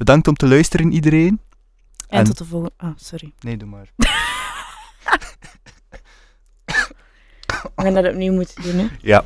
Bedankt om te luisteren, iedereen. En tot de volgende... sorry. Nee, doe maar. We gaan dat opnieuw moeten doen, hè? Ja.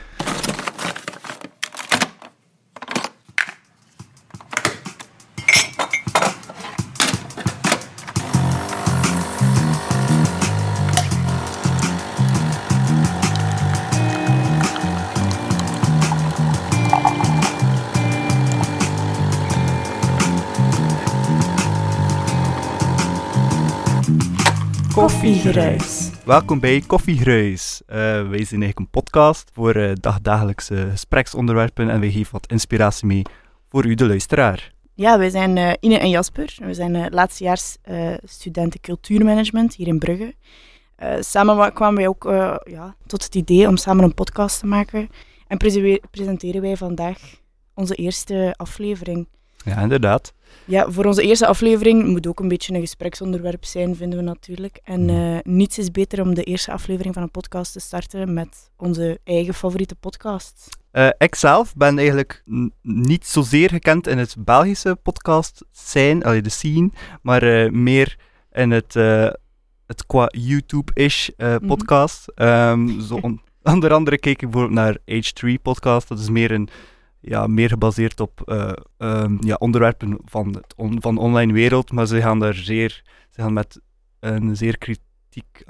Koffiegeruis. Welkom bij Koffiegeruis. Wij zijn eigenlijk een podcast voor dagdagelijkse gespreksonderwerpen en wij geven wat inspiratie mee voor u, de luisteraar. Ja, wij zijn Ine en Jasper. We zijn laatstejaars studenten cultuurmanagement hier in Brugge. Samen kwamen wij ook tot het idee om samen een podcast te maken. En presenteren wij vandaag onze eerste aflevering. Ja, inderdaad. Ja, voor onze eerste aflevering moet ook een beetje een gespreksonderwerp zijn, vinden we natuurlijk. En niets is beter om de eerste aflevering van een podcast te starten met onze eigen favoriete podcast. Ik zelf ben eigenlijk niet zozeer gekend in het Belgische podcast de scene, maar meer in het qua YouTube-ish podcast. Onder andere keek ik bijvoorbeeld naar H3 podcast, dat is meer meer gebaseerd op onderwerpen van de online wereld, maar ze gaan met een zeer kritiek...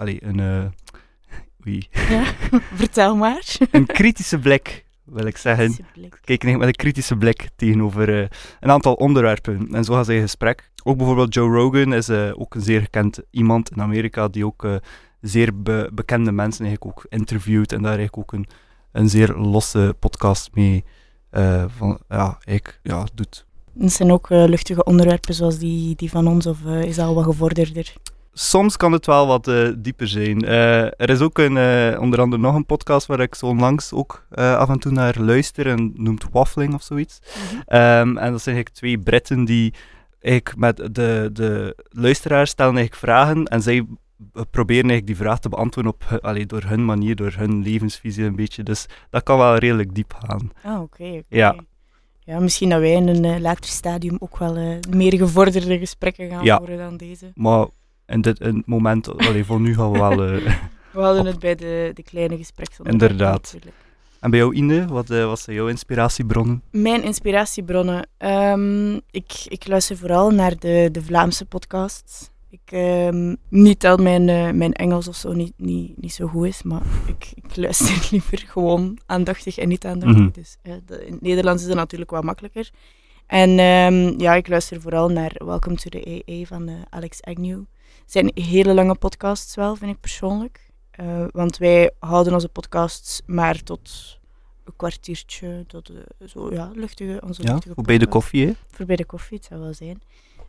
Ja, vertel maar. Een kritische blik, wil ik zeggen. Kijken met een kritische blik tegenover een aantal onderwerpen. En zo gaan ze in gesprek. Ook bijvoorbeeld Joe Rogan is ook een zeer gekend iemand in Amerika, die ook zeer bekende mensen eigenlijk ook interviewt en daar eigenlijk ook een zeer losse podcast mee doet. Het zijn ook luchtige onderwerpen zoals die van ons, of is dat al wat gevorderder? Soms kan het wel wat dieper zijn. Er is ook onder andere nog een podcast waar ik zo onlangs ook af en toe naar luister en noemt Waffling of zoiets. En dat zijn eigenlijk twee Britten die eigenlijk met de luisteraars stellen eigenlijk vragen en zij proberen eigenlijk die vraag te beantwoorden door hun manier, door hun levensvisie een beetje. Dus dat kan wel redelijk diep gaan. Oké. Ja. Ja, misschien dat wij in een later stadium ook wel meer gevorderde gesprekken gaan voeren dan deze. Maar in het moment, voor nu gaan we wel... we houden het bij de kleine gespreksonderwerpen. Inderdaad. Natuurlijk. En bij jou, Ine, wat zijn jouw inspiratiebronnen? Mijn inspiratiebronnen? Ik luister vooral naar de Vlaamse podcasts. Niet dat mijn Engels of zo niet zo goed is, maar ik luister liever gewoon aandachtig en niet aandachtig. Mm-hmm. Dus in het Nederlands is dat natuurlijk wat makkelijker. En ik luister vooral naar Welcome to the AA van Alex Agnew. Het zijn hele lange podcasts wel, vind ik persoonlijk. Want wij houden onze podcasts maar tot een kwartiertje, tot luchtige voor bij de koffie, hè? Voor bij de koffie, het zou wel zijn.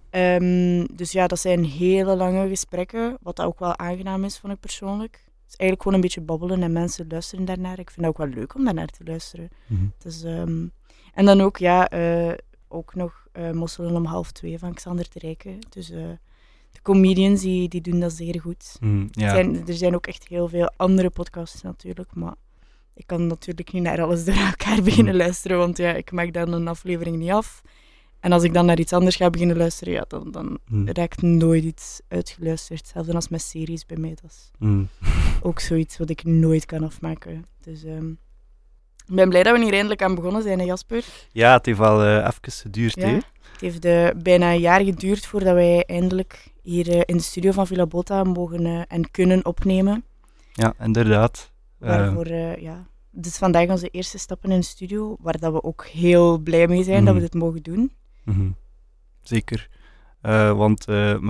Dus ja, dat zijn hele lange gesprekken, wat dat ook wel aangenaam is, vond ik persoonlijk. Het is eigenlijk gewoon een beetje babbelen en mensen luisteren daarnaar. Ik vind het ook wel leuk om daarnaar te luisteren. Mm-hmm. Dus, en dan ook, ook nog Mosselen om 1:30 van Xander de Rijke. Dus de comedians, die doen dat zeer goed. Er zijn ook echt heel veel andere podcasts natuurlijk, maar ik kan natuurlijk niet naar alles door elkaar beginnen luisteren, want ik maak dan een aflevering niet af. En als ik dan naar iets anders ga beginnen luisteren, dan raakt nooit iets uitgeluisterd. Zelfs als met series bij mij. Dat is ook zoiets wat ik nooit kan afmaken. Dus ik ben blij dat we hier eindelijk aan begonnen zijn, hè, Jasper? Ja, het heeft wel even geduurd. Ja, het heeft bijna een jaar geduurd voordat wij eindelijk hier in de studio van Villa Bota mogen en kunnen opnemen. Ja, inderdaad. Waarvoor, dus vandaag onze eerste stappen in de studio, waar dat we ook heel blij mee zijn dat we dit mogen doen. Mm-hmm. Zeker. Want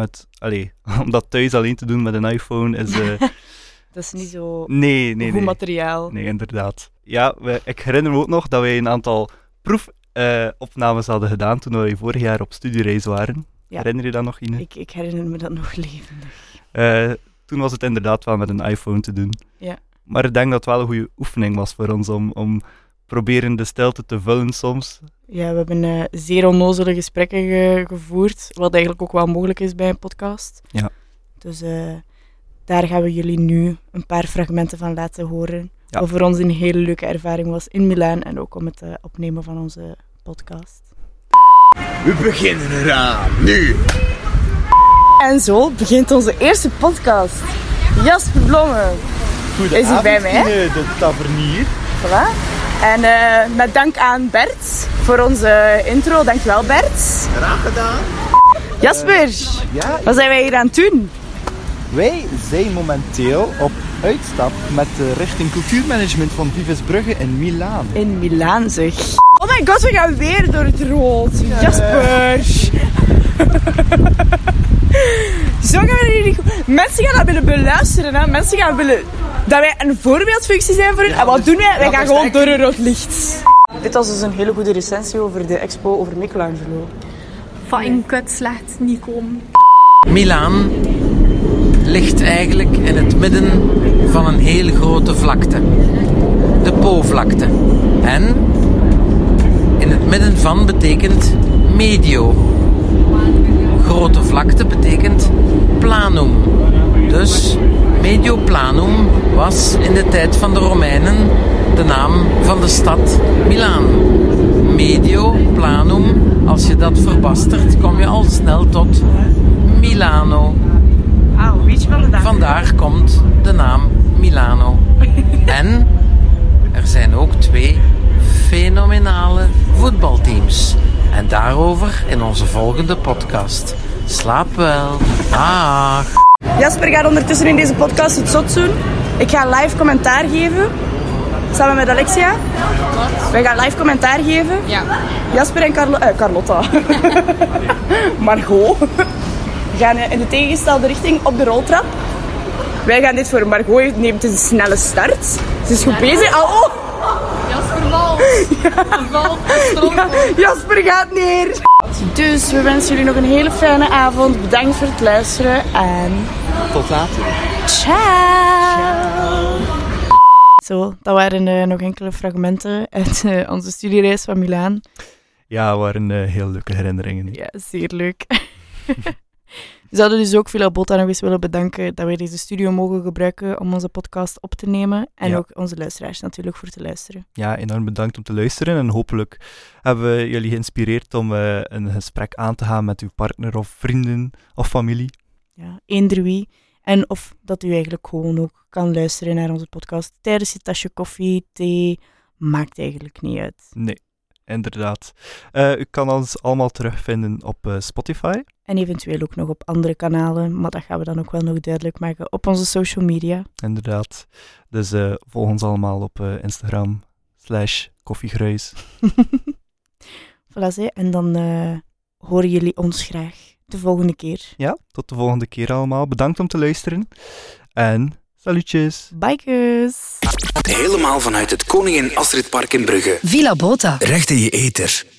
om dat thuis alleen te doen met een iPhone is... dat is niet zo goed materiaal. Nee, inderdaad. Ja, ik herinner me ook nog dat wij een aantal proefopnames hadden gedaan toen we vorig jaar op studiereis waren. Ja. Herinner je dat nog, Ine? Ik herinner me dat nog levendig. Toen was het inderdaad wel met een iPhone te doen. Ja. Maar ik denk dat het wel een goede oefening was voor ons om proberen de stilte te vullen soms. Ja, we hebben zeer onnozele gesprekken gevoerd, wat eigenlijk ook wel mogelijk is bij een podcast. Ja. Dus daar gaan we jullie nu een paar fragmenten van laten horen. Ja. Wat voor ons een hele leuke ervaring was in Milaan en ook om het opnemen van onze podcast. We beginnen eraan, nu! En zo begint onze eerste podcast. Jasper Blomme is hier bij mij. De tavernier. Voilà. En met dank aan Bert voor onze intro. Dankjewel Bert. Graag gedaan. Jasper, Ja, wat zijn wij hier aan het doen? Wij zijn momenteel op uitstap met de richting cultuurmanagement van Vives Brugge in Milaan. In Milaan zeg. Oh my god, we gaan weer door het rood. Jasper. Zo gaan we jullie... Mensen gaan dat willen beluisteren. Hè? Mensen gaan willen dat wij een voorbeeldfunctie zijn voor hen. En wat doen wij? Wij gaan gewoon door een rood licht. Dit was dus een hele goede recensie over de expo over Michelangelo. Fucking kut, slecht, niet komen. Milaan ligt eigenlijk in het midden van een hele grote vlakte. De Po-vlakte. En in het midden van betekent medio. Grote vlakte betekent planum. Dus Medioplanum was in de tijd van de Romeinen de naam van de stad Milaan. Medioplanum, als je dat verbastert, kom je al snel tot Milano. Ah, weet je van de dag? Vandaar komt de naam Milano. En er zijn ook 2 fenomenale voetbalteams. En daarover in onze volgende podcast. Slaap wel. Dag. Jasper gaat ondertussen in deze podcast het zot doen. Ik ga live commentaar geven. Samen met Alexia. Wij gaan live commentaar geven. Ja. Jasper en Carlotta. Margot. We gaan in de tegengestelde richting op de roltrap. Wij gaan dit voor Margot neemt een snelle start. Ze is goed bezig. Oh! Jasper valt. Valt. Ja, Jasper gaat neer. Dus we wensen jullie nog een hele fijne avond. Bedankt voor het luisteren en Tot later. ciao. Zo, dat waren nog enkele fragmenten uit onze studiereis van Milaan. Ja, het waren heel leuke herinneringen. Ja, zeer leuk. We zouden dus ook Villa Bota nog eens willen bedanken dat wij deze studio mogen gebruiken om onze podcast op te nemen. En Ja. ook onze luisteraars natuurlijk voor te luisteren. Ja, enorm bedankt om te luisteren en hopelijk hebben we jullie geïnspireerd om een gesprek aan te gaan met uw partner of vrienden of familie. Ja, eender wie. En of dat u eigenlijk gewoon ook kan luisteren naar onze podcast tijdens je tasje koffie, thee. Maakt eigenlijk niet uit. Nee, inderdaad. U kan ons allemaal terugvinden op Spotify. En eventueel ook nog op andere kanalen. Maar dat gaan we dan ook wel nog duidelijk maken op onze social media. Inderdaad. Dus volg ons allemaal op Instagram /koffiegruis. Voilà, hè. En dan horen jullie ons graag de volgende keer. Ja, tot de volgende keer allemaal. Bedankt om te luisteren. En salutjes. Bye, Helemaal vanuit het Koningin Astrid Park in Brugge. Villa Bota. Recht in je eter.